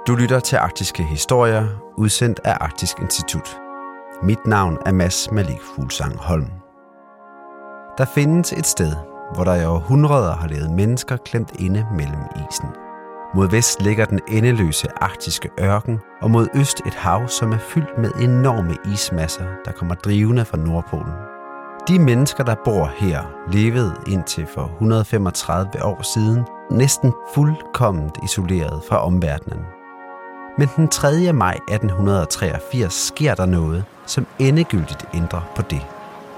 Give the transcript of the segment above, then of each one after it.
Du lytter til Arktiske Historier, udsendt af Arktisk Institut. Mit navn er Mads Malik Fuglsang Holm. Der findes et sted, hvor der i århundreder har levet mennesker klemt inde mellem isen. Mod vest ligger den endeløse arktiske ørken, og mod øst et hav, som er fyldt med enorme ismasser, der kommer drivende fra Nordpolen. De mennesker, der bor her, levede indtil for 135 år siden næsten fuldkomment isoleret fra omverdenen. Men den 3. maj 1883 sker der noget, som endegyldigt ændrer på det.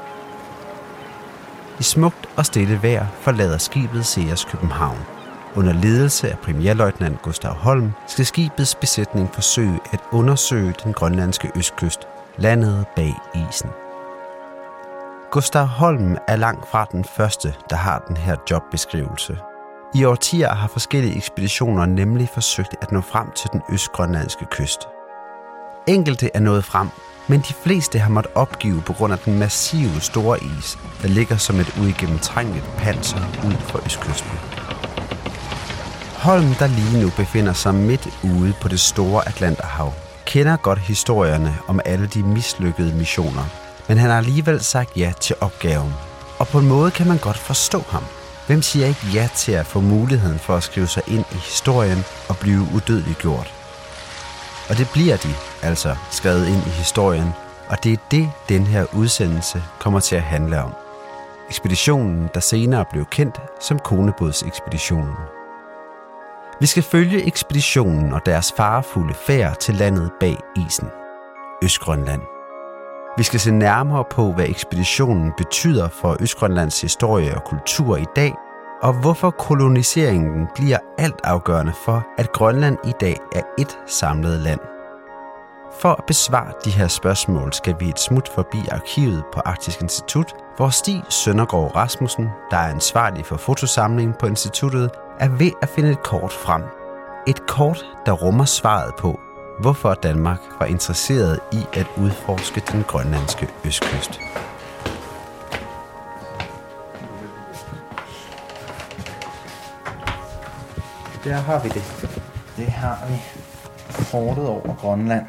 I smukt og stille vejr forlader skibet Ceres København. Under ledelse af premierløjtnant Gustav Holm skal skibets besætning forsøge at undersøge den grønlandske østkyst, landet bag isen. Gustav Holm er langt fra den første, der har den her jobbeskrivelse. I årtier har forskellige ekspeditioner nemlig forsøgt at nå frem til den østgrønlandske kyst. Enkelte er nået frem, men de fleste har måttet opgive på grund af den massive store is, der ligger som et uigennemtrængeligt panser ud for østkysten. Holm, der lige nu befinder sig midt ude på det store Atlanterhav, kender godt historierne om alle de mislykkede missioner, men han har alligevel sagt ja til opgaven. Og på en måde kan man godt forstå ham. Hvem siger ikke ja til at få muligheden for at skrive sig ind i historien og blive udødeliggjort? Og det bliver de altså skrevet ind i historien, og det er det, den her udsendelse kommer til at handle om. Ekspeditionen, der senere blev kendt som Konebodsekspeditionen. Vi skal følge ekspeditionen og deres farefulde færd til landet bag isen, Østgrønland. Vi skal se nærmere på, hvad ekspeditionen betyder for Østgrønlands historie og kultur i dag, og hvorfor koloniseringen bliver altafgørende for, at Grønland i dag er et samlet land. For at besvare de her spørgsmål skal vi et smut forbi arkivet på Arktisk Institut, hvor Stig Søndergaard Rasmussen, der er ansvarlig for fotosamlingen på instituttet, er ved at finde et kort frem. Et kort, der rummer svaret på, hvorfor Danmark var interesseret i at udforske den grønlandske østkyst. Der har vi det. Det har vi. Kortet over Grønland.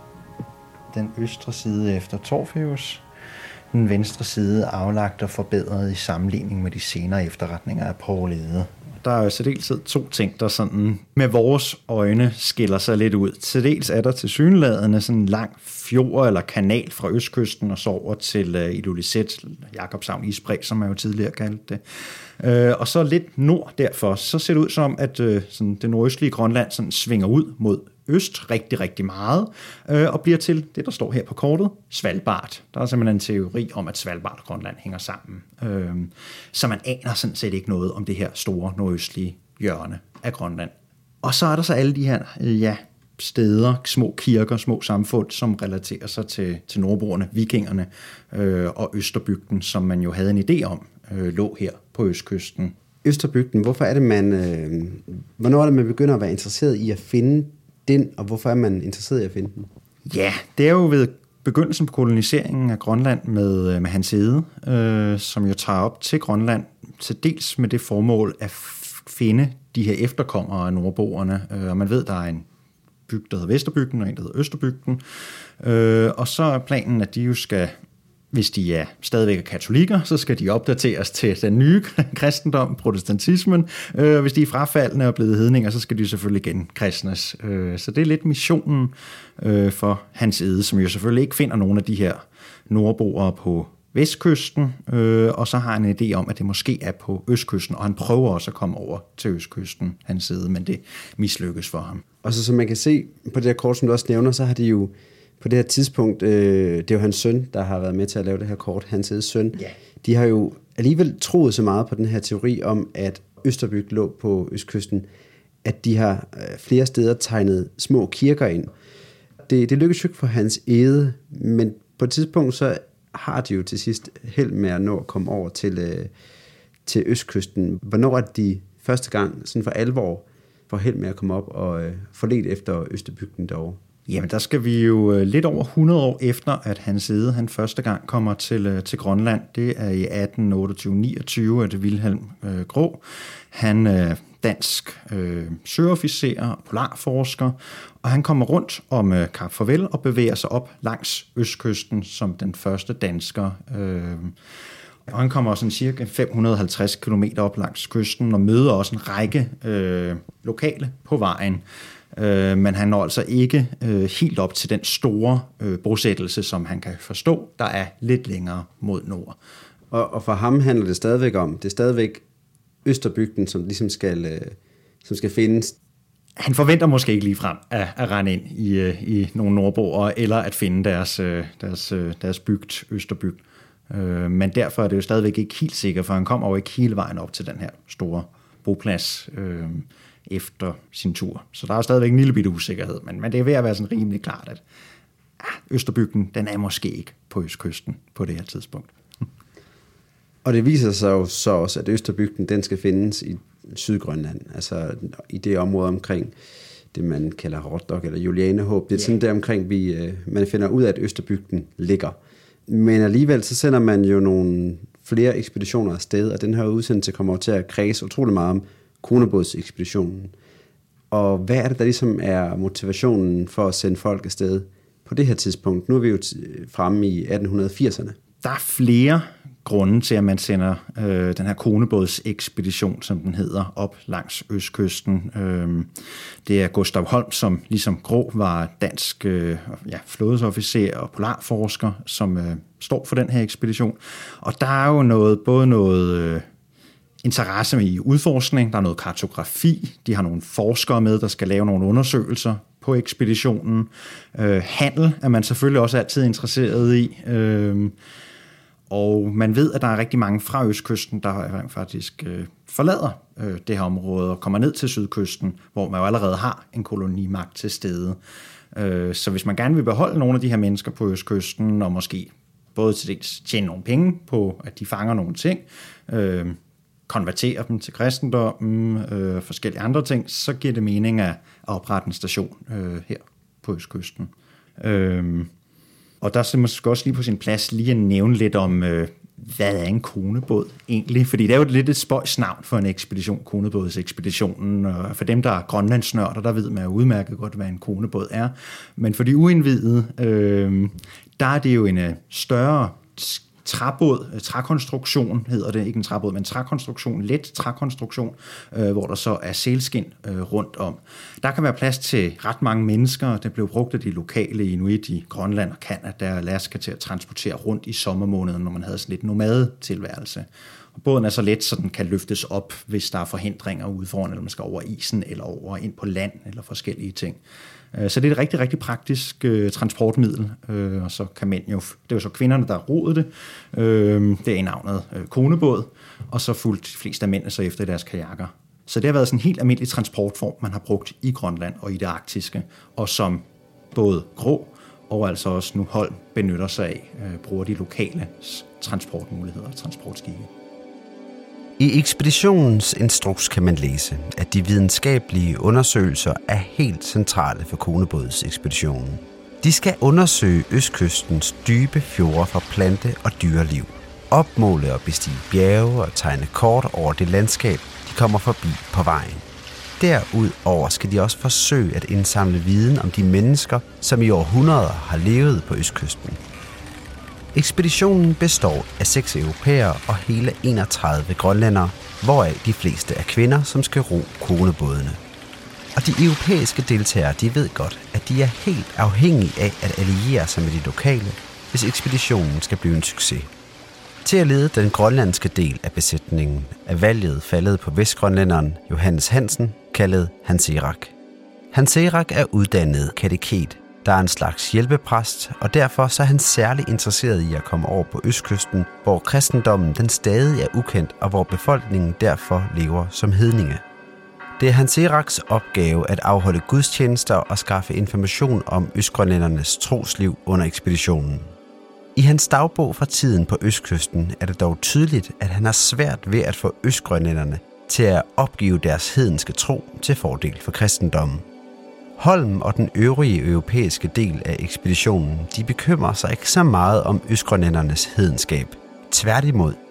Den østre side efter Torfjus. Den venstre side aflagt og forbedret i sammenligning med de senere efterretninger af Poul Ede. Der er jo til dels 2 ting, der sådan med vores øjne skiller sig lidt ud. Til dels er der tilsyneladende sådan en lang fjord eller kanal fra østkysten og så over til Ilulissat, Jakobshavn Isbræ, som man jo tidligere kaldte det. Og så lidt nord derfor, så ser det ud som, at sådan det nordøstlige Grønland sådan svinger ud mod øst rigtig, rigtig meget, og bliver til det, der står her på kortet, Svalbard. Der er simpelthen en teori om, at Svalbard og Grønland hænger sammen. Så man aner sådan set ikke noget om det her store nordøstlige hjørne af Grønland. Og så er der så alle de her steder, små kirker, små samfund, som relaterer sig til nordboerne, vikingerne og Østerbygden, som man jo havde en idé om, lå her på østkysten. Østerbygden, hvorfor er det hvornår er det, man begynder at være interesseret i at finde den, og hvorfor er man interesseret i at finde den? Ja, det er jo ved begyndelsen på koloniseringen af Grønland med Hans Ede, som jo tager op til Grønland, til dels med det formål at finde de her efterkommere af nordboerne. Og man ved, der er en bygd, der hedder Vesterbygden, og en, der hedder Østerbygden. Og så er planen, at de jo skal, hvis de er stadigvæk er katolikker, så skal de opdateres til den nye kristendom, protestantismen. Hvis de er frafaldne og blevet hedninger, så skal de selvfølgelig genkristnes. Så det er lidt missionen for Hans Ede, som jo selvfølgelig ikke finder nogen af de her nordboere på vestkysten, og så har han en idé om, at det måske er på østkysten, og han prøver også at komme over til østkysten, Hans Ede, men det mislykkes for ham. Og så som man kan se på det her kort, som du også nævner, så har de jo på det her tidspunkt, det er jo hans søn, der har været med til at lave det her kort, Hans Edes søn. Ja. De har jo alligevel troet så meget på den her teori om, at Østerbygd lå på østkysten, at de har flere steder tegnet små kirker ind. Det lykkedes jo ikke for Hans Ede, men på et tidspunkt så har de jo til sidst held med at nå at komme over til østkysten. Hvornår er de første gang sådan for alvor får held med at komme op og få ledt efter Østerbygden derovre? Jamen, der skal vi jo lidt over 100 år efter, at Hans Ede, han første gang kommer til Grønland. Det er i 1828-29, at Vilhelm Grå. Han dansk søofficer og polarforsker, og han kommer rundt om Kap Farvel og bevæger sig op langs østkysten som den første dansker. Og han kommer sådan cirka 550 km op langs kysten og møder også en række lokale på vejen. Men han når altså ikke helt op til den store bosættelse, som han kan forstå, der er lidt længere mod nord. Og for ham handler det stadigvæk om, det er stadigvæk Østerbygden, som ligesom som skal findes. Han forventer måske ikke ligefrem at rende ind i nogle nordboer, eller at finde deres bygd, Østerbygd. Men derfor er det jo stadigvæk ikke helt sikkert, for han kommer jo ikke hele vejen op til den her store boplads efter sin tur. Så der er stadigvæk en lille bitte usikkerhed, men det er ved at være sådan rimelig klart, at Østerbygden, den er måske ikke på østkysten på det her tidspunkt. Og det viser sig jo så også, at Østerbygden, den skal findes i Sydgrønland, altså i det område omkring det, man kalder Rostock eller Julianehåb. Det er sådan der omkring, man finder ud af, at Østerbygden ligger. Men alligevel så sender man jo nogle flere ekspeditioner afsted, og den her udsendelse kommer til at kredse utrolig meget om Konebådsekspeditionen. Og hvad er det, der ligesom er motivationen for at sende folk afsted på det her tidspunkt? Nu er vi jo fremme i 1880'erne. Der er flere grunde til, at man sender den her Konebådsekspedition, som den hedder, op langs østkysten. Det er Gustav Holm, som ligesom Grå var dansk flådesofficer og polarforsker, som står for den her ekspedition. Og der er jo både noget interesse i udforskning, der er noget kartografi, de har nogle forskere med, der skal lave nogle undersøgelser på ekspeditionen. Handel er man selvfølgelig også altid interesseret i. Og man ved, at der er rigtig mange fra østkysten, der faktisk forlader det her område og kommer ned til sydkysten, hvor man jo allerede har en kolonimagt til stede. Så hvis man gerne vil beholde nogle af de her mennesker på østkysten, og måske både til dels tjene nogle penge på, at de fanger nogle ting, konvertere dem til kristendommen, forskellige andre ting, så giver det mening at oprette en station her på østkysten. Og der er måske også lige på sin plads lige at nævne lidt om, hvad er en konebåd egentlig? Fordi det er jo lidt et spøjsnavn for en ekspedition, Konebådsekspeditionen. Og for dem, der er grønlandsnørder, der ved man jo udmærket godt, hvad en konebåd er. Men for de uindvidede, der er det jo en større trækonstruktion hedder det, ikke en træbåd, men trækonstruktion, let trækonstruktion, hvor der så er sælskind rundt om. Der kan være plads til ret mange mennesker. Det blev brugt af de lokale inuit i Grønland og Canada og Alaska til at transportere rundt i sommermåneden, når man havde sådan lidt nomadetilværelse. Og båden er så let, så den kan løftes op, hvis der er forhindringer ude foran, eller man skal over isen, eller over ind på land, eller forskellige ting. Så det er et rigtig, rigtig praktisk transportmiddel, og så kan mænd jo, det er jo så kvinderne, der rodede det, det er i navnet konebåd, og så fulgte de fleste af mændene så efter deres kajakker. Så det har været sådan en helt almindelig transportform, man har brugt i Grønland og i det arktiske, og som både Grå og altså også nu Holm benytter sig af, bruger de lokale transportmuligheder og transportskibe. I ekspeditionens instruks kan man læse, at de videnskabelige undersøgelser er helt centrale for Konebådsekspeditionen. De skal undersøge østkystens dybe fjorde for plante- og dyreliv, opmåle og bestige bjerge og tegne kort over det landskab, de kommer forbi på vejen. Derudover skal de også forsøge at indsamle viden om de mennesker, som i århundreder har levet på østkysten. Ekspeditionen består af 6 europæere og hele 31 grønlændere, hvoraf de fleste er kvinder, som skal ro konebådene. Og de europæiske deltagere, de ved godt, at de er helt afhængige af at alliere sig med de lokale, hvis ekspeditionen skal blive en succes. Til at lede den grønlandske del af besætningen er valget faldet på vestgrønlænderen Johannes Hansen, kaldet Hans Erak. Hans Erak er uddannet kateket, der er en slags hjælpepræst, og derfor så er han særlig interesseret i at komme over på østkysten, hvor kristendommen den stadig er ukendt, og hvor befolkningen derfor lever som hedninge. Det er Hans Eraks opgave at afholde gudstjenester og skaffe information om østgrønlændernes trosliv under ekspeditionen. I hans dagbog fra tiden på østkysten er det dog tydeligt, at han har svært ved at få østgrønlænderne til at opgive deres hedenske tro til fordel for kristendommen. Holm og den øvrige europæiske del af ekspeditionen, de bekymrer sig ikke så meget om østgrønlændernes hedenskab. Tværtimod.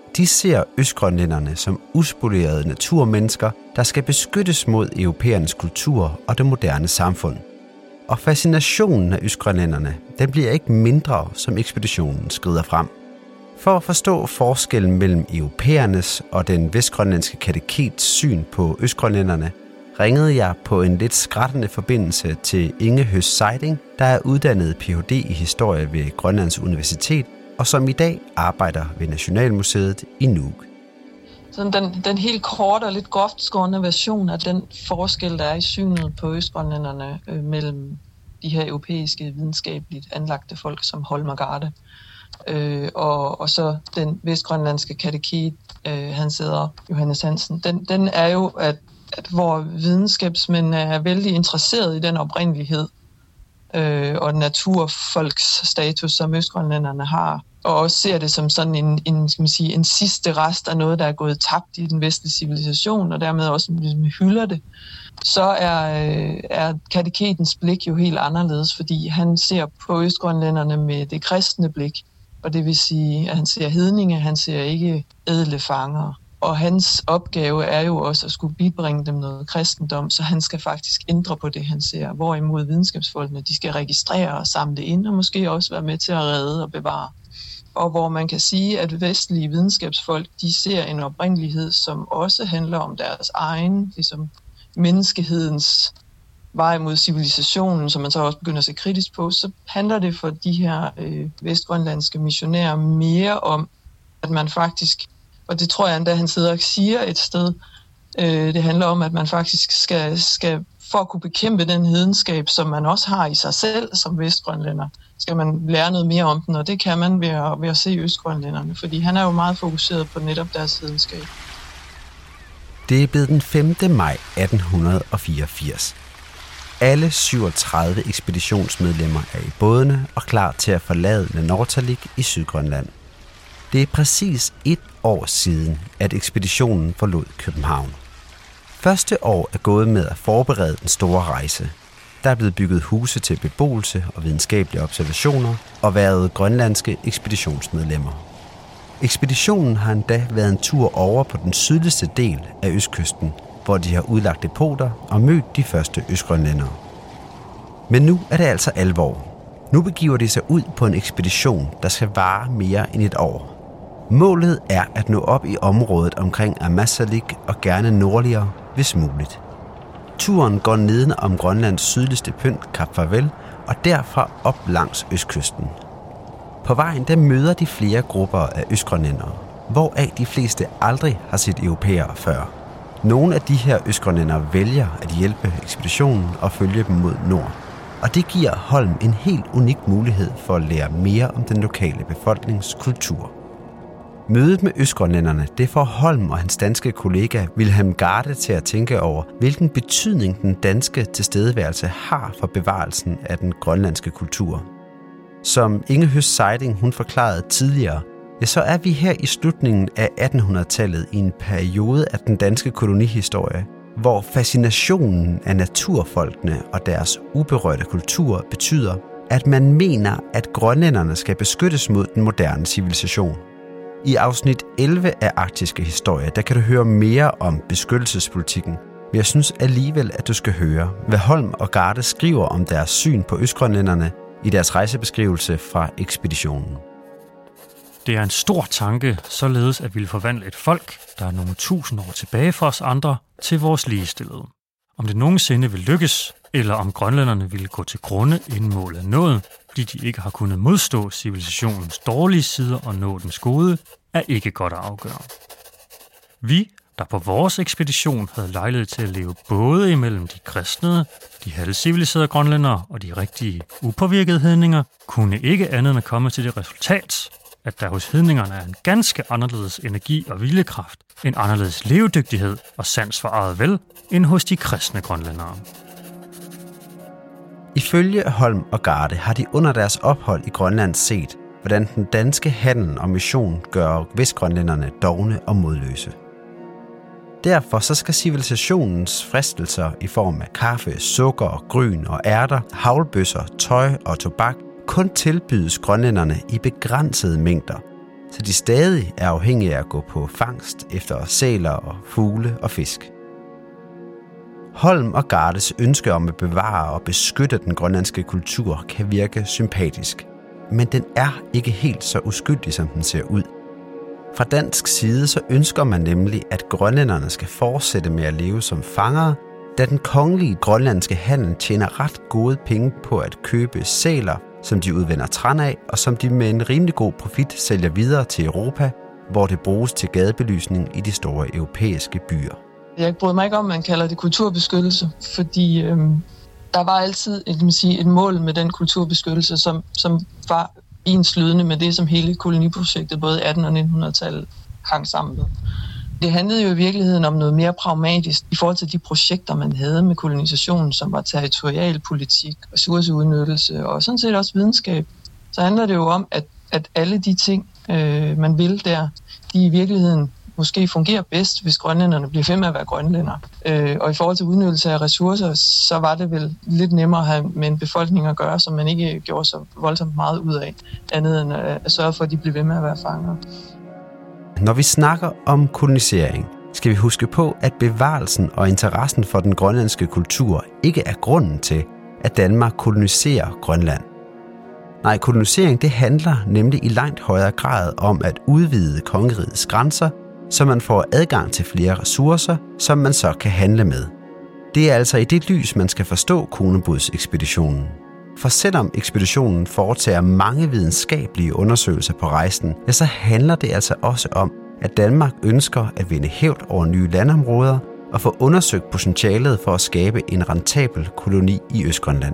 de ser østgrønlænderne som uspolerede naturmennesker, der skal beskyttes mod europæernes kultur og det moderne samfund. Og fascinationen af østgrønlænderne, den bliver ikke mindre, som ekspeditionen skrider frem. For at forstå forskellen mellem europæernes og den vestgrønlandske katekets syn på østgrønlænderne, ringede jeg på en lidt skrattende forbindelse til Inge Høst Seiding, der er uddannet Ph.D. i historie ved Grønlands Universitet, og som i dag arbejder ved Nationalmuseet i Nuuk. Så den helt korte og lidt groft skårne version af den forskel, der er i synet på østgrønlænderne mellem de her europæiske videnskabeligt anlagte folk som Holm og Garde, og så den vestgrønlandske kateket, Hans Eder Johannes Hansen, den er jo, at hvor videnskabsmænd er vældig interesseret i den oprindelighed og naturfolks status, som østgrønlænderne har, og også ser det som sådan en sidste rest af noget, der er gået tabt i den vestlige civilisation, og dermed også hylder det, så er kateketens blik jo helt anderledes, fordi han ser på østgrønlænderne med det kristne blik, og det vil sige, at han ser hedninge, han ser ikke ædle fangere. Og hans opgave er jo også at skulle bibringe dem noget kristendom, så han skal faktisk ændre på det, han ser. Hvorimod videnskabsfolkene, de skal registrere og samle ind, og måske også være med til at redde og bevare. Og hvor man kan sige, at vestlige videnskabsfolk, de ser en oprindelighed, som også handler om deres egen, ligesom menneskehedens vej mod civilisationen, som man så også begynder at se kritisk på, så handler det for de her vestgrønlandske missionærer mere om, at man faktisk, og det tror jeg endda, han sidder og siger et sted, det handler om, at man faktisk skal for at kunne bekæmpe den hedenskab, som man også har i sig selv som vestgrønlænder, skal man lære noget mere om den, og det kan man ved at se østgrønlænderne, fordi han er jo meget fokuseret på netop deres hedenskab. Det er blevet den 5. maj 1884. Alle 37 ekspeditionsmedlemmer er i bådene og klar til at forlade Nanortalik i Sydgrønland. Det er præcis 1 år siden, at ekspeditionen forlod København. Første år er gået med at forberede den store rejse. Der er blevet bygget huse til beboelse og videnskabelige observationer og været grønlandske ekspeditionsmedlemmer. Ekspeditionen har endda været en tur over på den sydligste del af østkysten, hvor de har udlagt depoter og mødt de første østgrønlændere. Men nu er det altså alvor. Nu begiver de sig ud på en ekspedition, der skal vare mere end 1 år. Målet er at nå op i området omkring Ammassalik og gerne nordligere, hvis muligt. Turen går neden om Grønlands sydligste pynt, Kap Farvel, og derfra op langs østkysten. På vejen der møder de flere grupper af østgrønlændere, hvoraf de fleste aldrig har set europæere før. Nogle af de her østgrønlændere vælger at hjælpe ekspeditionen og følge dem mod nord. Og det giver Holm en helt unik mulighed for at lære mere om den lokale befolknings kultur. Mødet med østgrønlænderne, det får Holm og hans danske kollega Wilhelm Garde til at tænke over, hvilken betydning den danske tilstedeværelse har for bevarelsen af den grønlandske kultur. Som Inge Høst Seiding hun forklarede tidligere, ja, så er vi her i slutningen af 1800-tallet i en periode af den danske kolonihistorie, hvor fascinationen af naturfolkene og deres uberørte kultur betyder, at man mener, at grønlænderne skal beskyttes mod den moderne civilisation. I afsnit 11 af Arktiske Historie, der kan du høre mere om beskyttelsespolitikken, men jeg synes alligevel, at du skal høre, hvad Holm og Garde skriver om deres syn på østgrønlænderne i deres rejsebeskrivelse fra ekspeditionen. Det er en stor tanke, således at vi vil forvandle et folk, der er nogle 1000 år tilbage for os andre, til vores ligestillede. Om det nogensinde vil lykkes, eller om grønlænderne vil gå til grunde, inden målet er nået, fordi de ikke har kunnet modstå civilisationens dårlige sider og nå dens gode, er ikke godt at afgøre. Vi, der på vores ekspedition havde lejlighed til at leve både imellem de kristne, de halvciviliserede grønlændere og de rigtige upåvirkede hedninger, kunne ikke andet end at komme til det resultat, at der hos hedningerne er en ganske anderledes energi og viljekraft, en anderledes levedygtighed og sans for eget vel, end hos de kristne grønlændere. Ifølge Holm og Garde har de under deres ophold i Grønland set, hvordan den danske handel og mission gør vestgrønlænderne dovne og modløse. Derfor så skal civilisationens fristelser i form af kaffe, sukker, gryn og ærter, haglbøsser, tøj og tobak kun tilbydes grønlænderne i begrænsede mængder, så de stadig er afhængige af at gå på fangst efter sæler og fugle og fisk. Holm og Gardes ønske om at bevare og beskytte den grønlandske kultur kan virke sympatisk, men den er ikke helt så uskyldig, som den ser ud. Fra dansk side så ønsker man nemlig, at grønlænderne skal fortsætte med at leve som fangere, da den kongelige grønlandske handel tjener ret gode penge på at købe sæler, som de udvinder tran af, og som de med en rimelig god profit sælger videre til Europa, hvor det bruges til gadebelysning i de store europæiske byer. Jeg bryder mig ikke om, man kalder det kulturbeskyttelse, fordi der var altid et mål med den kulturbeskyttelse, som var enslydende med det, som hele koloniprojektet, både 1800- og 1900-tallet, hang sammen med. Det handlede jo i virkeligheden om noget mere pragmatisk i forhold til de projekter, man havde med kolonisationen, som var territorialpolitik, ressourceudnyttelse og sådan set også videnskab. Så handler det jo om, at alle de ting, man vil der, de i virkeligheden måske fungerer bedst, hvis grønlænderne bliver ved med at være grønlændere. Og i forhold til udnyttelse af ressourcer, så var det vel lidt nemmere at have med en befolkning at gøre, som man ikke gjorde så voldsomt meget ud af, andet end at sørge for, at de bliver ved med at være fanger. Når vi snakker om kolonisering, skal vi huske på, at bevarelsen og interessen for den grønlandske kultur ikke er grunden til, at Danmark koloniserer Grønland. Nej, kolonisering det handler nemlig i langt højere grad om at udvide kongerigets grænser, så man får adgang til flere ressourcer, som man så kan handle med. Det er altså i det lys, man skal forstå Konebuds-ekspeditionen. For selvom ekspeditionen foretager mange videnskabelige undersøgelser på rejsen, ja, så handler det altså også om, at Danmark ønsker at vinde hævd over nye landområder og få undersøgt potentialet for at skabe en rentabel koloni i Østgrønland.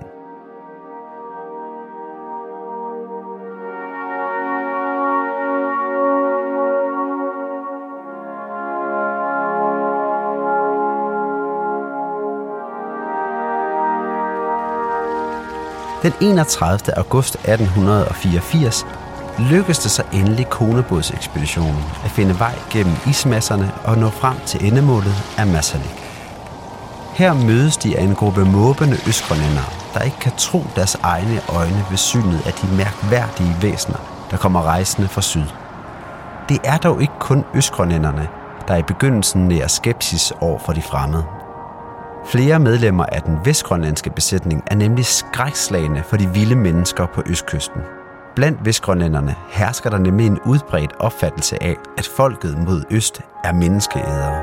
Den 31. august 1884 lykkedes det så endelig Konebuds-ekspeditionen at finde vej gennem ismasserne og nå frem til endemålet af Ammassalik. Her mødes de af en gruppe måbende østgrønlændere, der ikke kan tro deres egne øjne ved synet af de mærkværdige væsener, der kommer rejsende fra syd. Det er dog ikke kun østgrønlænderne, der i begyndelsen nærer skepsis over for de fremmede. Flere medlemmer af den vestgrønlandske besætning er nemlig skrækslagne for de vilde mennesker på østkysten. Blandt vestgrønlænderne hersker der nemlig en udbredt opfattelse af, at folket mod øst er menneskeædere.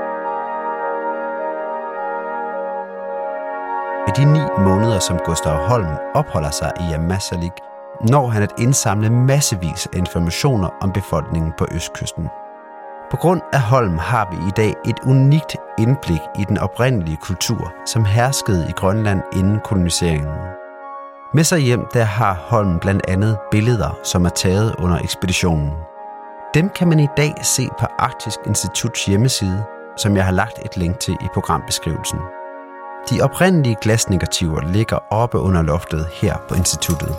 I de 9 måneder, som Gustav Holm opholder sig i Ammassalik, når han at indsamle massevis af informationer om befolkningen på østkysten. På grund af Holm har vi i dag et unikt indblik i den oprindelige kultur, som herskede i Grønland inden koloniseringen. Med sig hjem der har Holm blandt andet billeder, som er taget under ekspeditionen. Dem kan man i dag se på Arktisk Instituts hjemmeside, som jeg har lagt et link til i programbeskrivelsen. De oprindelige glasnegativer ligger oppe under loftet her på instituttet.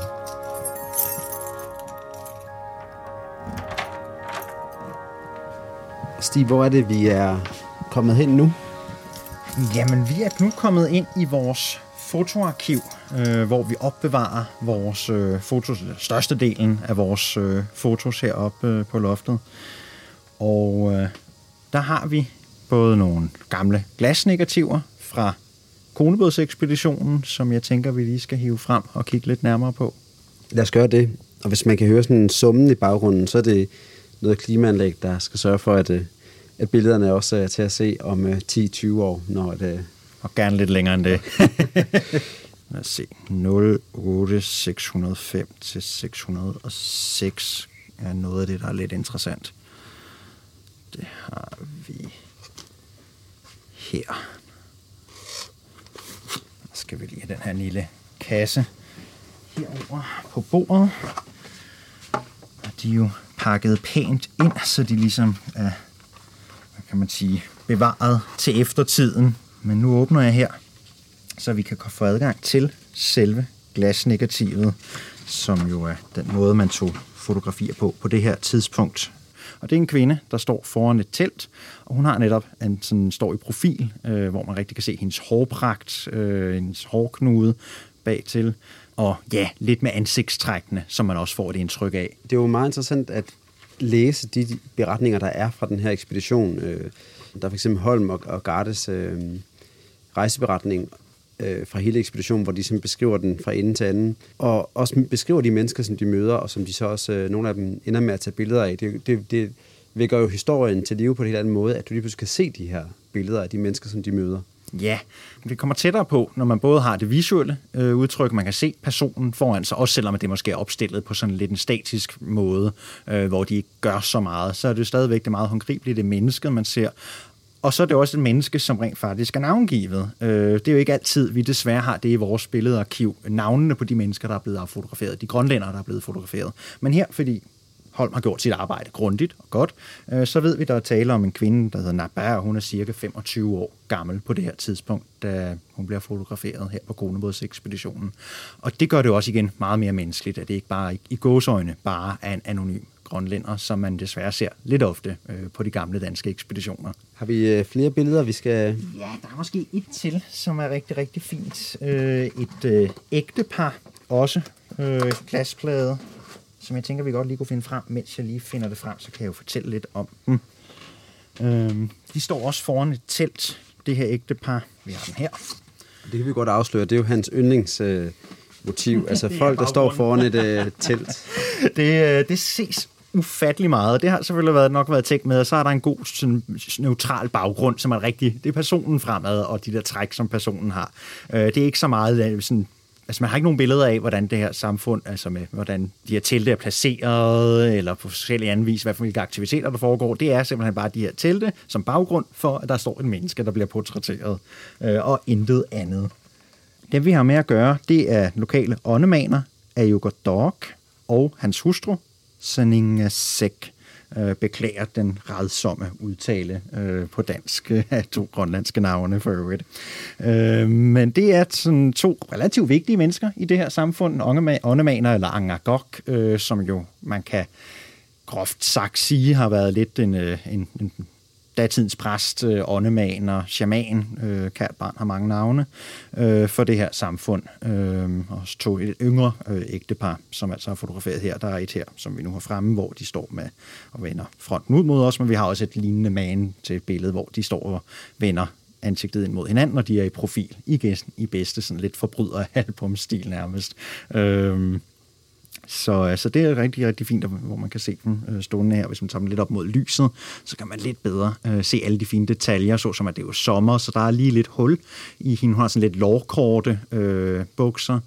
Stig, hvor er det, vi er kommet hen nu? Jamen, vi er nu kommet ind i vores fotoarkiv, hvor vi opbevarer vores fotos, størstedelen af vores fotos heroppe på loftet. Og der har vi både nogle gamle glasnegativer fra Konebuds-ekspeditionen, som jeg tænker, vi lige skal hive frem og kigge lidt nærmere på. Lad os gøre det. Og hvis man kan høre sådan en summen i baggrunden, så er det noget klimaanlæg, der skal sørge for, at billederne også er til at se om 10-20 år, når det... Og gerne lidt længere end det. Lad os se. 08605 til 606 er noget af det, der er lidt interessant. Det har vi her. Så skal vi lige have den her lille kasse herover på bordet. Og de er jo pakket pænt ind, så de ligesom er, hvad kan man sige, bevaret til eftertiden. Men nu åbner jeg her, så vi kan få adgang til selve glasnegativet, som jo er den måde, man tog fotografier på det her tidspunkt. Og det er en kvinde, der står foran et telt, og hun har netop står i profil, hvor man rigtig kan se hendes hårpragt, hendes hårknude bagtil, og ja, lidt med ansigtstrækkene, som man også får et indtryk af. Det er jo meget interessant, at læse de beretninger, der er fra den her ekspedition. Der er for eksempel Holm og Gardes rejseberetning fra hele ekspeditionen, hvor de simpelthen beskriver den fra ende til anden, og også beskriver de mennesker, som de møder, og som de så også, nogle af dem ender med at tage billeder af. Det vækker jo historien til live på en helt anden måde, at du lige pludselig kan se de her billeder af de mennesker, som de møder. Ja, det kommer tættere på, når man både har det visuelle udtryk, man kan se personen foran sig, også selvom det måske er opstillet på sådan lidt en statisk måde, hvor de ikke gør så meget, så er det stadigvæk det meget håndgribelige, det mennesket, man ser. Og så er det også et menneske, som rent faktisk er navngivet. Det er jo ikke altid, vi desværre har det i vores billedarkiv, navnene på de mennesker, der er blevet fotograferet, de grønlændere, der er blevet fotograferet. Men her, fordi Holm har gjort sit arbejde grundigt og godt, så ved vi, der er tale om en kvinde, der hedder Nabar, og hun er cirka 25 år gammel på det her tidspunkt, da hun bliver fotograferet her på Konebådsekspeditionen. Og det gør det også igen meget mere menneskeligt, at det ikke bare i gåseøjne bare er en anonym grønlænder, som man desværre ser lidt ofte på de gamle danske ekspeditioner. Har vi flere billeder, vi skal... Ja, der er måske et til, som er rigtig, rigtig fint. Et ægtepar også. Glasplade, som jeg tænker, vi godt lige kunne finde frem. Mens jeg lige finder det frem, så kan jeg jo fortælle lidt om dem. De står også foran et telt, det her ægtepar. Vi har dem her. Det kan vi godt afsløre. Det er jo hans yndlingsmotiv. Altså folk, der står foran et telt. Det ses ufattelig meget. Det har selvfølgelig nok været tænkt med, og så er der en god sådan, neutral baggrund, som er rigtig. Det er personen fremad, og de der træk, som personen har. Det er ikke så meget sådan. Altså, man har ikke nogen billeder af, hvordan det her samfund, altså med, hvordan de her telte er placeret, eller på forskellige anden vis, hvilke aktiviteter, der foregår. Det er simpelthen bare de her telte som baggrund for, at der står et menneske, der bliver portrætteret, og intet andet. Det, vi har med at gøre, det er lokale åndemaner af Dog og hans hustru, Saningasek, beklager den rædsomme udtale på dansk af to grønlandske navne for øvrigt. Men det er sådan to relativt vigtige mennesker i det her samfund, åndemaner eller Angagok, som jo man kan groft sagt sige har været lidt en datidens præst, åndemaner, shaman, kært barn har mange navne, for det her samfund. Og to et yngre ægtepar, som altså har fotograferet her. Der er et her, som vi nu har fremme, hvor de står med og vender fronten ud mod os, men vi har også et lignende man til et billede, hvor de står og vender ansigtet ind mod hinanden, og de er i profil i bedste sådan lidt forbryder-album-stil nærmest. Så det er rigtig, rigtig fint, hvor man kan se dem stående her. Hvis man tager dem lidt op mod lyset, så kan man lidt bedre se alle de fine detaljer, såsom at det er jo sommer, så der er lige lidt hul i hende. Hun har sådan lidt lårkorte bukser,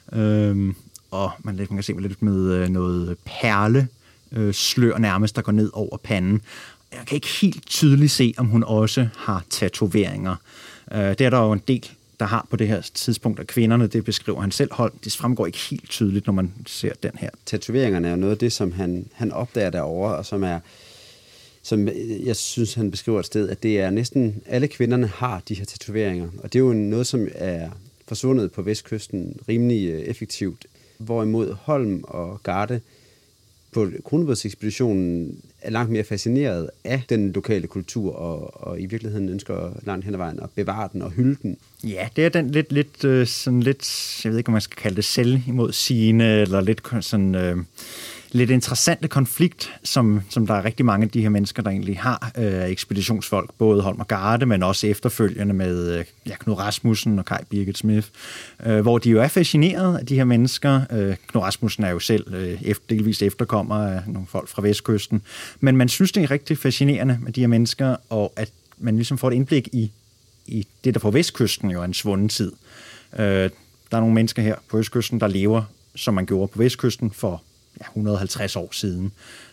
og man kan se lidt med noget perle slør nærmest, der går ned over panden. Jeg kan ikke helt tydeligt se, om hun også har tatoveringer. Det er der jo en del, der har på det her tidspunkt af kvinderne, det beskriver han selv. Det fremgår ikke helt tydeligt, når man ser den her. Tatoveringerne er jo noget af det, som han opdager derovre, og som jeg synes, han beskriver et sted, at det er næsten alle kvinderne har de her tatoveringer. Og det er jo noget, som er forsvundet på vestkysten rimelig effektivt. Hvorimod Holm og Garde på Konebådsekspeditionen er langt mere fascineret af den lokale kultur, og i virkeligheden ønsker langt hen ad vejen at bevare den og hylde den. Ja, det er den lidt, jeg ved ikke, om man skal kalde det selvimodsigende, eller lidt sådan lidt interessante konflikt, som der er rigtig mange af de her mennesker, der egentlig har ekspeditionsfolk, både Holm og Garde, men også efterfølgende med Knud Rasmussen og Kaj Birgit Smith, hvor de jo er fascineret af de her mennesker. Knud Rasmussen er jo selv delvist efterkommer af nogle folk fra vestkysten, men man synes, det er rigtig fascinerende med de her mennesker, og at man ligesom får et indblik i det, der på vestkysten jo er en svunden tid. Der er nogle mennesker her på østkysten, der lever, som man gjorde på vestkysten for 150 år siden,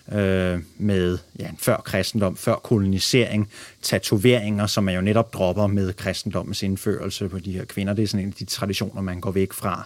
med før kristendom, før kolonisering, tatoveringer, som man jo netop dropper med kristendommens indførelse på de her kvinder. Det er sådan en af de traditioner, man går væk fra.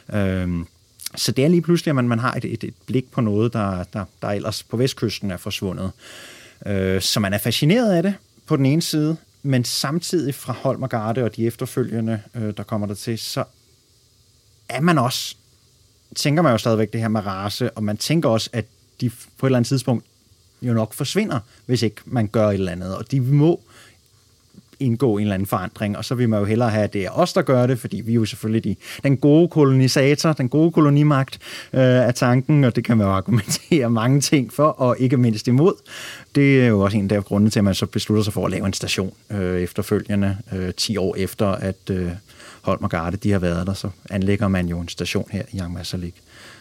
Så det er lige pludselig, at man har et blik på noget, der ellers på vestkysten er forsvundet. Så man er fascineret af det på den ene side, men samtidig fra Holm og Garde og de efterfølgende, der kommer der til, så er man også, tænker man jo stadigvæk det her med race, og man tænker også, at de på et eller andet tidspunkt jo nok forsvinder, hvis ikke man gør et eller andet. Og de må indgå en eller anden forandring, og så vil man jo hellere have, at det er os, der gør det, fordi vi er jo selvfølgelig den gode kolonisator, den gode kolonimagt af tanken, og det kan man jo argumentere mange ting for, og ikke mindst imod. Det er jo også en af grundene til, at man så beslutter sig for at lave en station efterfølgende, 10 år efter, at Holm og Garde, de har været der, så anlægger man jo en station her i Ammassalik.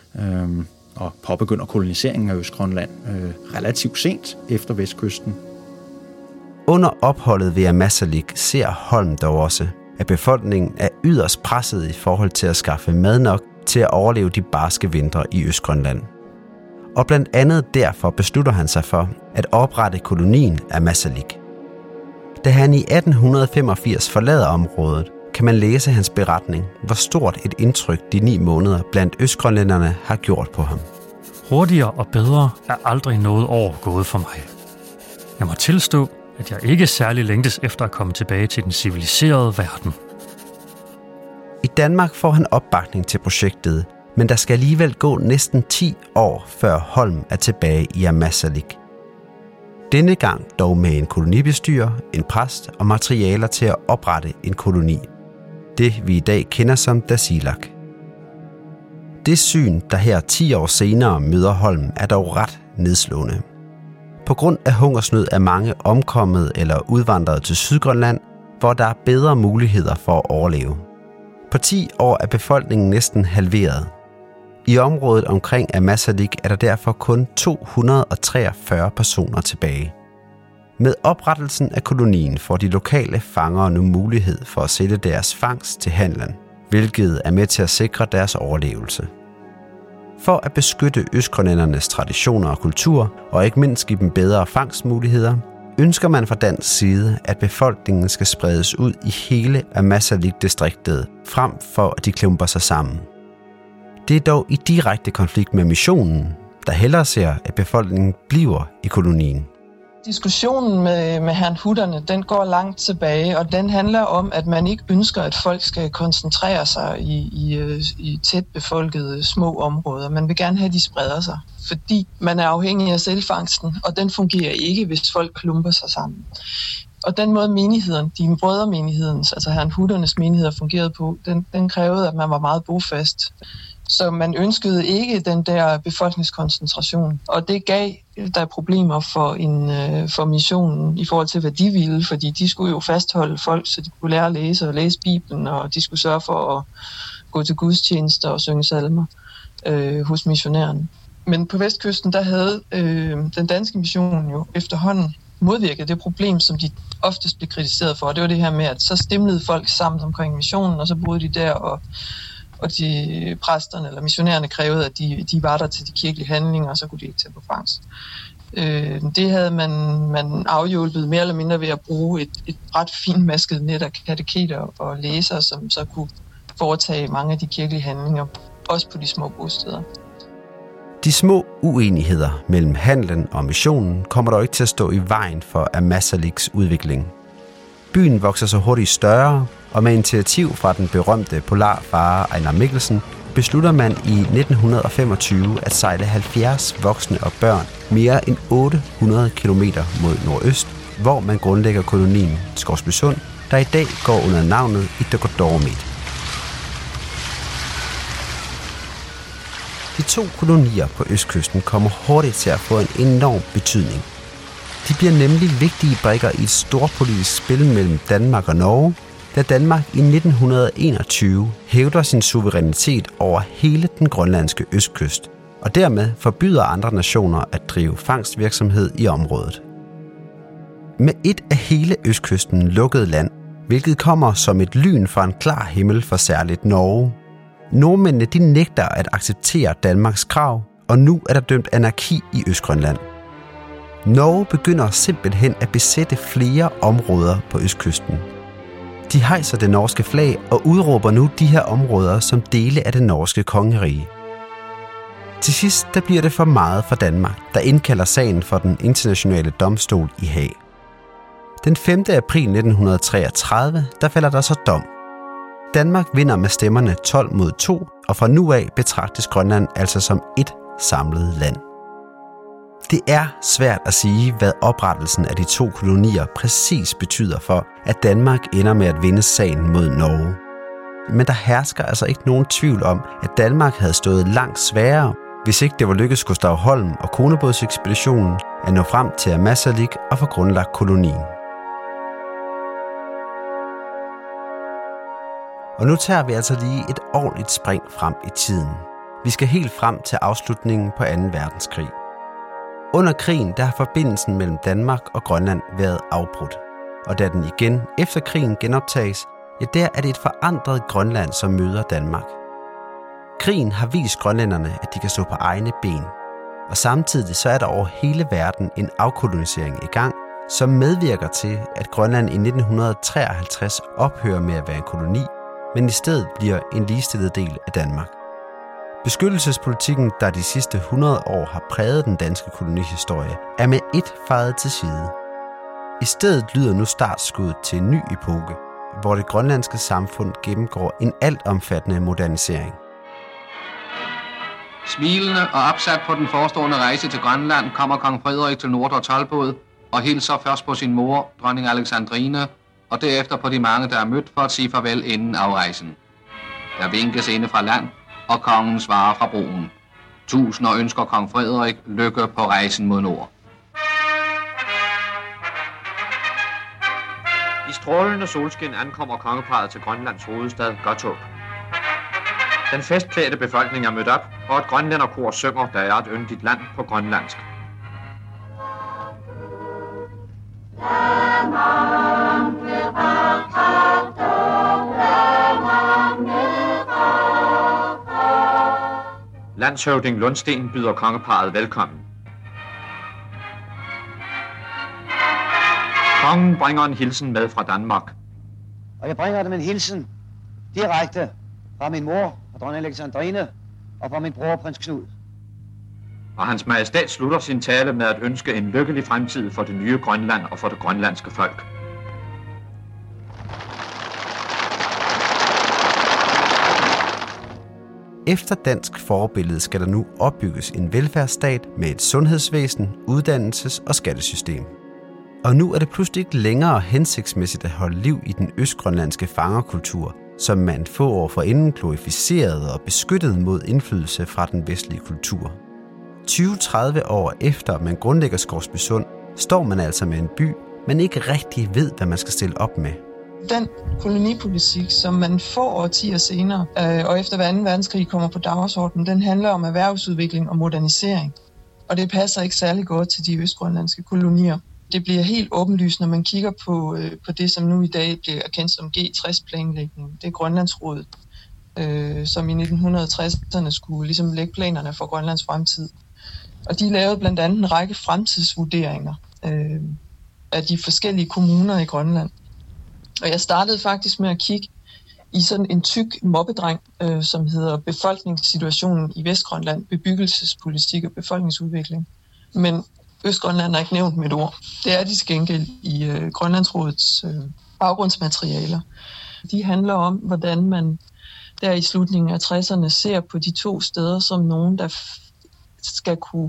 Og påbegynder koloniseringen af Østgrønland relativt sent efter vestkysten. Under opholdet ved Ammassalik ser Holm dog også, at befolkningen er yderst presset i forhold til at skaffe mad nok til at overleve de barske vintre i Østgrønland. Og blandt andet derfor beslutter han sig for at oprette kolonien Ammassalik. Da han i 1885 forlader området, kan man læse hans beretning, hvor stort et indtryk de 9 måneder blandt østgrønlænderne har gjort på ham. Hurtigere og bedre er aldrig noget år gået for mig. Jeg må tilstå, at jeg ikke særlig længtes efter at komme tilbage til den civiliserede verden. I Danmark får han opbakning til projektet, men der skal alligevel gå næsten 10 år, før Holm er tilbage i Ammassalik. Denne gang dog med en kolonibestyrer, en præst og materialer til at oprette en koloni. Det vi i dag kender som Tasiilaq. Det syn, der her 10 år senere møder Holm, er dog ret nedslående. På grund af hungersnød er mange omkommet eller udvandret til Sydgrønland, hvor der er bedre muligheder for at overleve. På 10 år er befolkningen næsten halveret. I området omkring Ammassalik er der derfor kun 243 personer tilbage. Med oprettelsen af kolonien får de lokale fangere nu mulighed for at sælge deres fangst til handlen, hvilket er med til at sikre deres overlevelse. For at beskytte østgrønlændernes traditioner og kultur, og ikke mindst give dem bedre fangstmuligheder, ønsker man fra dansk side, at befolkningen skal spredes ud i hele Ammassalik-distriktet, frem for at de klumper sig sammen. Det er dog i direkte konflikt med missionen, der hellere ser, at befolkningen bliver i kolonien. Diskussionen med herrnhutterne, den går langt tilbage, og den handler om, at man ikke ønsker, at folk skal koncentrere sig i tæt befolkede små områder. Man vil gerne have, at de spreder sig, fordi man er afhængig af selvfangsten, og den fungerer ikke, hvis folk klumper sig sammen. Og den måde menigheden, de brødremenighedens, altså herrnhutternes menigheder fungerede på, den krævede, at man var meget bofast. Så man ønskede ikke den der befolkningskoncentration, og det gav der problemer for missionen i forhold til, hvad de ville, fordi de skulle jo fastholde folk, så de kunne lære at læse Bibelen, og de skulle sørge for at gå til gudstjenester og synge salmer hos missionæren. Men på vestkysten, der havde den danske mission jo efterhånden modvirket det problem, som de oftest blev kritiseret for. Det var det her med, at så stimlede folk sammen omkring missionen, og så boede de der, og de præsterne eller missionærerne krævede, at de var der til de kirkelige handlinger, og så kunne de ikke tage på fangst. Det havde man afhjulpet mere eller mindre ved at bruge et ret finmasket net af kateketer og læsere, som så kunne foretage mange af de kirkelige handlinger, også på de små bosteder. De små uenigheder mellem handlen og missionen kommer dog ikke til at stå i vejen for Ammassaliks udvikling. Byen vokser så hurtigt større, og med initiativ fra den berømte polarfarer Einar Mikkelsen beslutter man i 1925 at sejle 70 voksne og børn mere end 800 km mod nordøst, hvor man grundlægger kolonien Scoresbysund, der i dag går under navnet Ittoqqortoormiit. De 2 kolonier på østkysten kommer hurtigt til at få en enorm betydning. De bliver nemlig vigtige brikker i et storpolitisk spil mellem Danmark og Norge, da Danmark i 1921 hævder sin suverænitet over hele den grønlandske østkyst, og dermed forbyder andre nationer at drive fangstvirksomhed i området. Med et af hele østkysten lukket land, hvilket kommer som et lyn fra en klar himmel for særligt Norge. Nordmændene de nægter at acceptere Danmarks krav, og nu er der dømt anarki i Østgrønland. Norge begynder simpelthen at besætte flere områder på østkysten. De hejser det norske flag og udråber nu de her områder som dele af det norske kongerige. Til sidst der bliver det for meget for Danmark, der indkalder sagen for den internationale domstol i Haag. Den 5. april 1933 der falder der så dom. Danmark vinder med stemmerne 12-2, og fra nu af betragtes Grønland altså som et samlet land. Det er svært at sige, hvad oprettelsen af de 2 kolonier præcis betyder for, at Danmark ender med at vinde sagen mod Norge. Men der hersker altså ikke nogen tvivl om, at Danmark havde stået langt sværere, hvis ikke det var lykkedes Gustav Holm og Konebådsekspeditionen at nå frem til Ammassalik og få grundlagt kolonien. Og nu tager vi altså lige et ordentligt spring frem i tiden. Vi skal helt frem til afslutningen på 2. verdenskrig. Under krigen der har forbindelsen mellem Danmark og Grønland været afbrudt. Og da den igen efter krigen genoptages, ja, der er det et forandret Grønland, som møder Danmark. Krigen har vist grønlænderne, at de kan stå på egne ben. Og samtidig så er der over hele verden en afkolonisering i gang, som medvirker til, at Grønland i 1953 ophører med at være en koloni, men i stedet bliver en ligestillet del af Danmark. Beskyttelsespolitikken, der de sidste 100 år har præget den danske kolonihistorie, er med ét fejet til side. I stedet lyder nu startskuddet til en ny epoke, hvor det grønlandske samfund gennemgår en altomfattende modernisering. Smilende og opsat på den forestående rejse til Grønland kommer kong Frederik til Nordre Toldbod og hilser først på sin mor, dronning Alexandrine, og derefter på de mange, der er mødt for at sige farvel inden afrejsen. Der vinkes inde fra land, og kongen svarer fra broen. Tusinder ønsker kong Frederik lykke på rejsen mod nord. I strålende solskin ankommer kongeparret til Grønlands hovedstad Godthåb. Den festklædte befolkning er mødt op, og et grønlænderkor synger, der er et yndigt land på grønlandsk. Landshøvding Lundsten byder kongeparret velkommen. Kongen bringer en hilsen med fra Danmark. Og jeg bringer dem en hilsen direkte fra min mor og dronning Alexandrine og fra min bror prins Knud. Og hans majestæt slutter sin tale med at ønske en lykkelig fremtid for det nye Grønland og for det grønlandske folk. Efter dansk forbillede skal der nu opbygges en velfærdsstat med et sundhedsvæsen, uddannelses- og skattesystem. Og nu er det pludselig ikke længere hensigtsmæssigt at holde liv i den østgrønlandske fangerkultur, som man få år forinden glorificerede og beskyttede mod indflydelse fra den vestlige kultur. 20-30 år efter man grundlægger Scoresbysund, står man altså med en by, man ikke rigtig ved, hvad man skal stille op med. Den kolonipolitik, som man få årtier senere, og efter 2. verdenskrig kommer på dagsordenen, den handler om erhvervsudvikling og modernisering. Og det passer ikke særlig godt til de østgrønlandske kolonier. Det bliver helt åbenlyst, når man kigger på det, som nu i dag bliver kendt som G60-planlægning. Det er Grønlandsrådet, som i 1960'erne skulle ligesom lægge planerne for Grønlands fremtid. Og de lavede blandt andet en række fremtidsvurderinger af de forskellige kommuner i Grønland. Og jeg startede faktisk med at kigge i sådan en tyk moppedreng, som hedder Befolkningssituationen i Vestgrønland, bebyggelsespolitik og befolkningsudvikling. Men Østgrønland er ikke nævnt med et ord. Det er de til gengæld i Grønlandsrådets baggrundsmaterialer. De handler om, hvordan man der i slutningen af 60'erne ser på de 2 steder som nogen, der skal kunne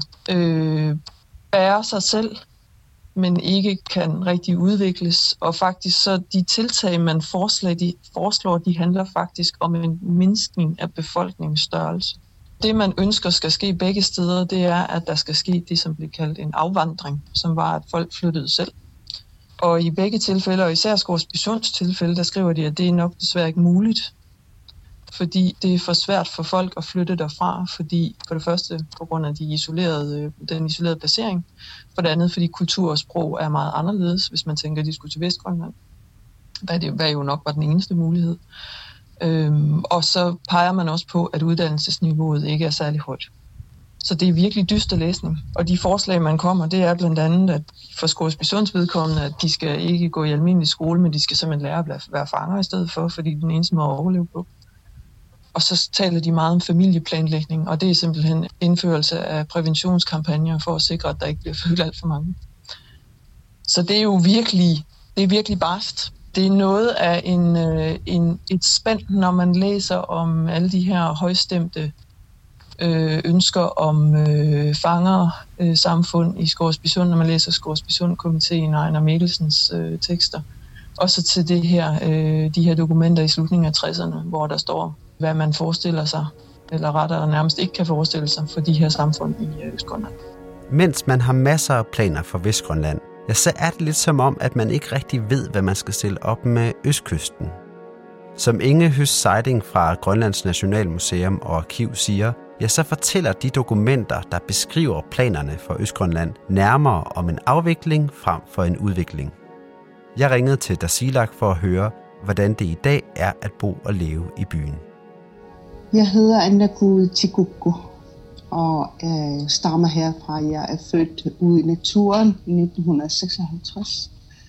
bære sig selv, men ikke kan rigtig udvikles. Og faktisk så de tiltag, man foreslår, de handler faktisk om en mindskning af befolkningens størrelse. Det, man ønsker skal ske begge steder, det er, at der skal ske det, som bliver kaldt en afvandring, som var, at folk flyttede selv. Og i begge tilfælde, og især Scoresbysunds tilfælde, der skriver de, at det er nok desværre ikke muligt, fordi det er for svært for folk at flytte derfra, fordi for det første på grund af den isolerede placering, for det andet fordi kultur og sprog er meget anderledes, hvis man tænker, at de skulle til Vestgrønland, hvad jo nok var den eneste mulighed. Og så peger man også på, at uddannelsesniveauet ikke er særlig højt. Så det er virkelig dyster læsning. Og de forslag, man kommer, det er blandt andet, at for Scoresbysunds vedkommende, at de skal ikke gå i almindelig skole, men de skal simpelthen lære at være fanger i stedet for, fordi den eneste måde at overleve på. Og så taler de meget om familieplanlægning, og det er simpelthen indførelse af præventionskampagner for at sikre, at der ikke bliver født alt for mange. Så det er jo virkelig barst. Det er noget af et spænd, når man læser om alle de her højstemte ønsker om fangersamfund i Scoresbysund, når man læser Scoresbysund-komiteen og Ejner Mikkelsens tekster. Og så til det her, de her dokumenter i slutningen af 60'erne, hvor der står, hvad man forestiller sig, eller rettere nærmest ikke kan forestille sig for de her samfund i Østgrønland. Mens man har masser af planer for Vestgrønland, ja, så er det lidt som om, at man ikke rigtig ved, hvad man skal stille op med Østkysten. Som Inge Høst Seiding fra Grønlands Nationalmuseum og Arkiv siger, ja, så fortæller de dokumenter, der beskriver planerne for Østgrønland, nærmere om en afvikling frem for en udvikling. Jeg ringede til Tasiilaq for at høre, hvordan det i dag er at bo og leve i byen. Jeg hedder Annaku Tikukku og stammer herfra. Jeg er født ude i naturen i 1956,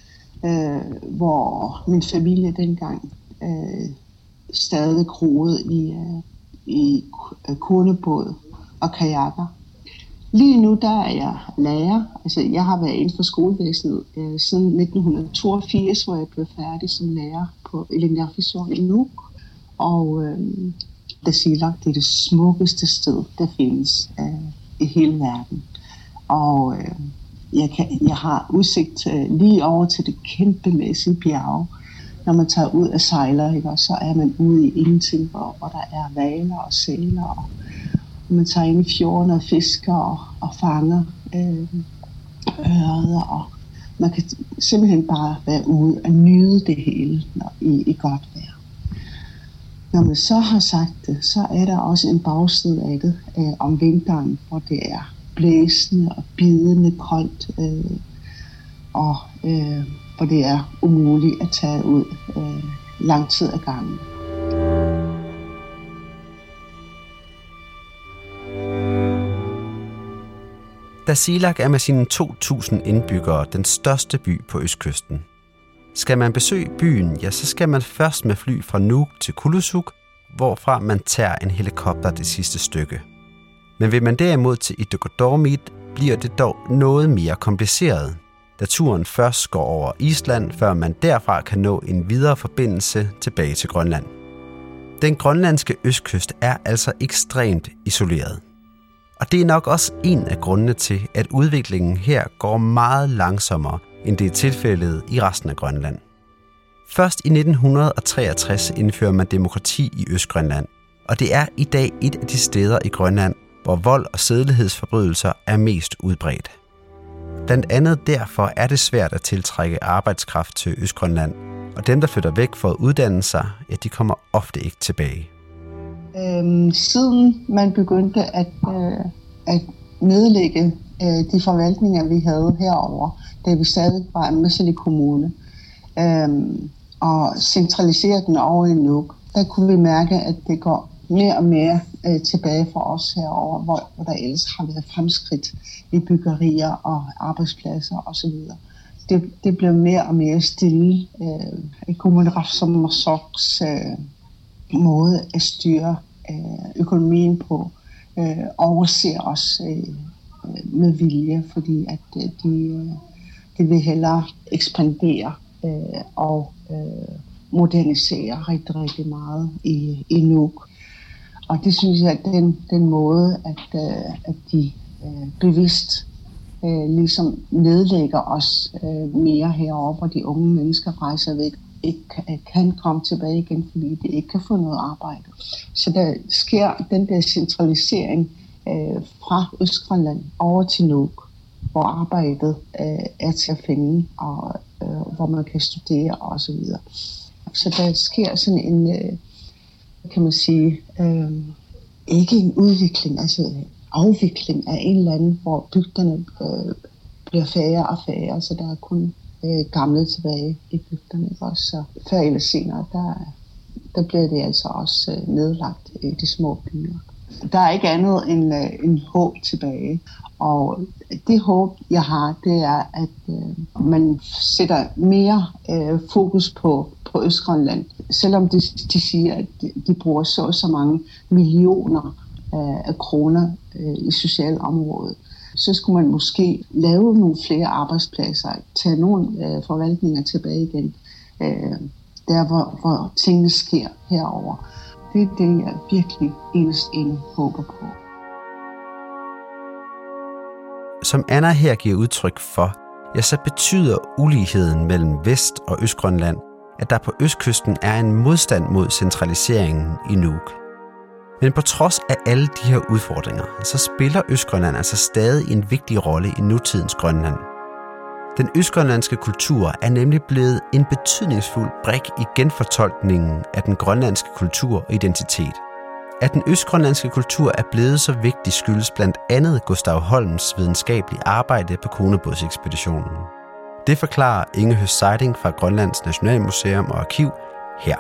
hvor min familie dengang stadig groede i kornebåd og kajakker. Lige nu der er jeg lærer. Altså, jeg har været inden for skolevæsenet siden 1982, hvor jeg blev færdig som lærer på Ilingarfisor i Nuuk. Og Tasiilaq, det er det smukkeste sted, der findes i hele verden. Og jeg har udsigt lige over til det kæmpemæssige bjerge. Når man tager ud af sejler, så er man ude i ingenting, hvor der er hvaler og sæler. Og man tager ind i fjorden og fisker og fanger ørreder. Og man kan simpelthen bare være ude og nyde det hele i godt vejr. Når man så har sagt det, så er der også en bagside af det om vinteren, hvor det er blæsende og bidende koldt, og hvor det er umuligt at tage ud lang tid ad gangen. Tasiilaq er med sine 2.000 indbyggere den største by på Østkysten. Skal man besøge byen, ja, så skal man først med fly fra Nuuk til Kulusuk, hvorfra man tager en helikopter det sidste stykke. Men vil man derimod til Ittoqqortoormiit, bliver det dog noget mere kompliceret, da turen først går over Island, før man derfra kan nå en videre forbindelse tilbage til Grønland. Den grønlandske østkyst er altså ekstremt isoleret. Og det er nok også en af grundene til, at udviklingen her går meget langsommere, end det er tilfældet i resten af Grønland. Først i 1963 indfører man demokrati i Østgrønland, og det er i dag et af de steder i Grønland, hvor vold og sædelighedsforbrydelser er mest udbredt. Blandt andet derfor er det svært at tiltrække arbejdskraft til Østgrønland, og dem, der flytter væk for at uddanne sig, ja, de kommer ofte ikke tilbage. Siden man begyndte at nedlægge de forvaltninger, vi havde herover, da vi stadig var en Møseli kommune, og centralisere den over i Nuuk, der kunne vi mærke, at det går mere og mere tilbage for os herover, hvor der ellers har været fremskridt i byggerier og arbejdspladser osv. Det blev mere og mere stille. Kommunen Rafsammersoks måde at styre økonomien på overser os med vilje, fordi at de vil hellere ekspandere og modernisere rigtig, rigtig meget i Nuuk. Og det synes jeg, at den måde, at de bevidst ligesom nedlægger os mere herover, hvor de unge mennesker rejser væk, ikke kan komme tilbage igen, fordi de ikke kan få noget arbejde. Så der sker den der centralisering fra Østgrønland over til Nuuk, hvor arbejdet er til at finde, og hvor man kan studere osv. Så der sker sådan en, kan man sige, ikke en udvikling, altså afvikling af en eller anden, hvor bygderne bliver færre og færre, så der er kun gamle tilbage i bygderne. Så før eller senere, der bliver det altså også nedlagt i de små byer. Der er ikke andet end håb tilbage. Og det håb, jeg har, det er, at man sætter mere fokus på Østgrønland. Selvom de siger, at de bruger så mange millioner af kroner i socialområdet, så skulle man måske lave nogle flere arbejdspladser, tage nogle forvaltninger tilbage igen, der hvor tingene sker herover. Det er det, jeg virkelig enest håber på. som Anna her giver udtryk for, ja, så betyder uligheden mellem Vest- og Østgrønland, at der på østkysten er en modstand mod centraliseringen i Nuuk. Men på trods af alle de her udfordringer, så spiller Østgrønland altså stadig en vigtig rolle i nutidens Grønland. Den østgrønlandske kultur er nemlig blevet en betydningsfuld brik i genfortolkningen af den grønlandske kultur og identitet. At den østgrønlandske kultur er blevet så vigtig skyldes blandt andet Gustav Holms videnskabelige arbejde på Konebuds-ekspeditionen. Det forklarer Inge Høst Seiding fra Grønlands Nationalmuseum og Arkiv her.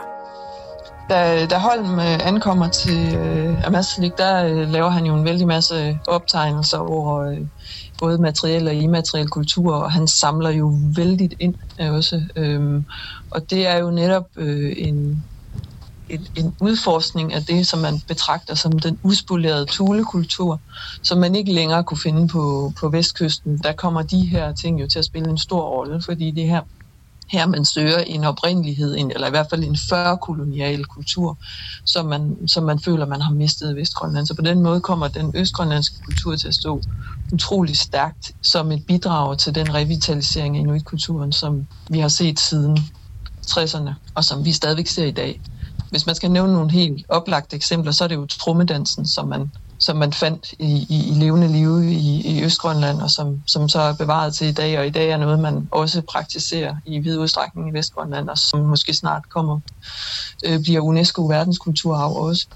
Da Holm ankommer til Ammassalik, der laver han jo en vældig masse optegnelser over både materiel og immateriel kultur, og han samler jo vældigt ind også. Og det er jo netop en udforskning af det, som man betragter som den uspolerede thulekultur, som man ikke længere kunne finde på vestkysten. Der kommer de her ting jo til at spille en stor rolle, fordi det her man søger en oprindelighed, eller i hvert fald en førkolonial kultur, som man føler, man har mistet i Vestgrønland. Så på den måde kommer den østgrønlandske kultur til at stå utrolig stærkt som et bidrag til den revitalisering af inuitkulturen, som vi har set siden 60'erne, og som vi stadigvæk ser i dag. Hvis man skal nævne nogle helt oplagte eksempler, så er det jo trommedansen, som man fandt i levende live i Østgrønland, og som så er bevaret til i dag, og i dag er noget, man også praktiserer i vid udstrækning i Vestgrønland, og som måske snart bliver UNESCO verdenskulturarv også.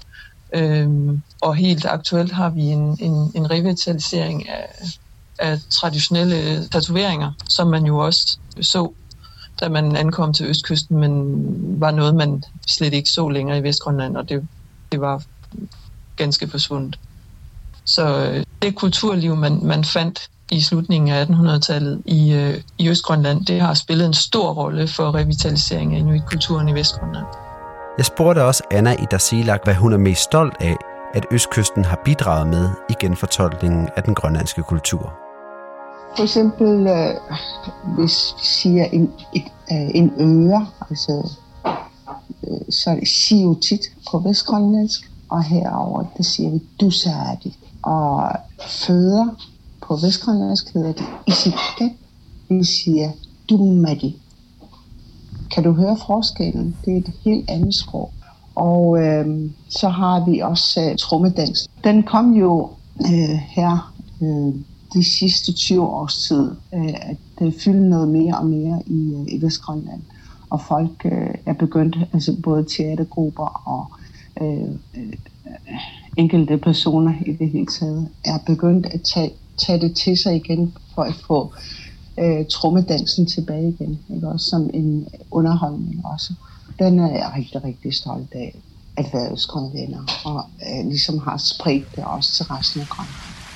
Og helt aktuelt har vi en revitalisering af traditionelle tatoveringer, som man jo også så, da man ankom til østkysten, men var noget, man slet ikke så længere i Vestgrønland, og det var ganske forsvundet. Så det kulturliv, man fandt i slutningen af 1800-tallet i Østgrønland, det har spillet en stor rolle for revitalisering af inuitkulturen i Vestgrønland. Jeg spurgte også Anna i Tasiilaq, hvad hun er mest stolt af, at østkysten har bidraget med i genfortolkningen af den grønlandske kultur. For eksempel, hvis vi siger en øre, altså, så er det siutit på vestgrønlandsk, og herover der siger vi dusaadi. Og føder på vestgrønlandsk hedder det isikat, vi siger dummadi. Kan du høre forskellen? Det er et helt andet sprog. Og så har vi også trommedans. Den kom jo her de sidste 20 års tid, at det fylder noget mere og mere i Vestgrønland. Og folk er begyndt, altså både teatergrupper og enkelte personer i det hele taget, er begyndt at tage det til sig igen for at få trommedansen tilbage igen, ikke? Også som en underholdning også. Den er jeg rigtig, rigtig stolt af at være østgrønlænder, og ligesom har spredt det også til resten af Grønland.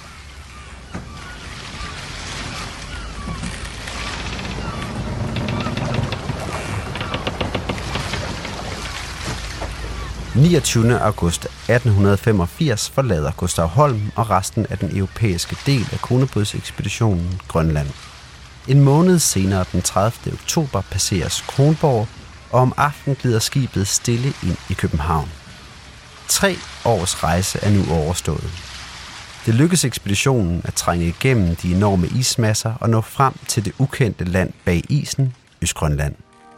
Den 29. august 1885 forlader Gustav Holm og resten af den europæiske del af Konebuds-ekspeditionen Grønland. En måned senere, den 30. oktober, passeres Kronborg, og om aftenen glider skibet stille ind i København. 3 års rejse er nu overstået. Det lykkes ekspeditionen at trænge igennem de enorme ismasser og nå frem til det ukendte land bag isen, Østgrønland.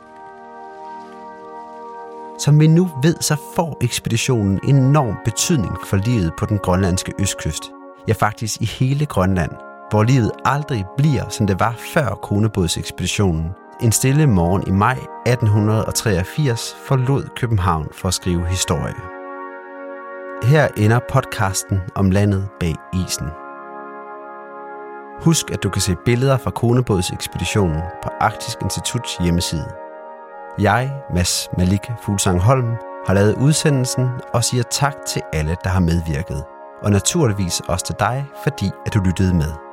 Som vi nu ved, så får ekspeditionen enorm betydning for livet på den grønlandske østkyst. Ja, faktisk i hele Grønland, hvor livet aldrig bliver, som det var før Konebuds-ekspeditionen. En stille morgen i maj 1883 forlod København for at skrive historie. Her ender podcasten om landet bag isen. Husk, at du kan se billeder fra Konebuds-ekspeditionen på Arktisk Instituts hjemmeside. Jeg, Mads Malik Fuglsang Holm, har lavet udsendelsen og siger tak til alle, der har medvirket. Og naturligvis også til dig, fordi at du lyttede med.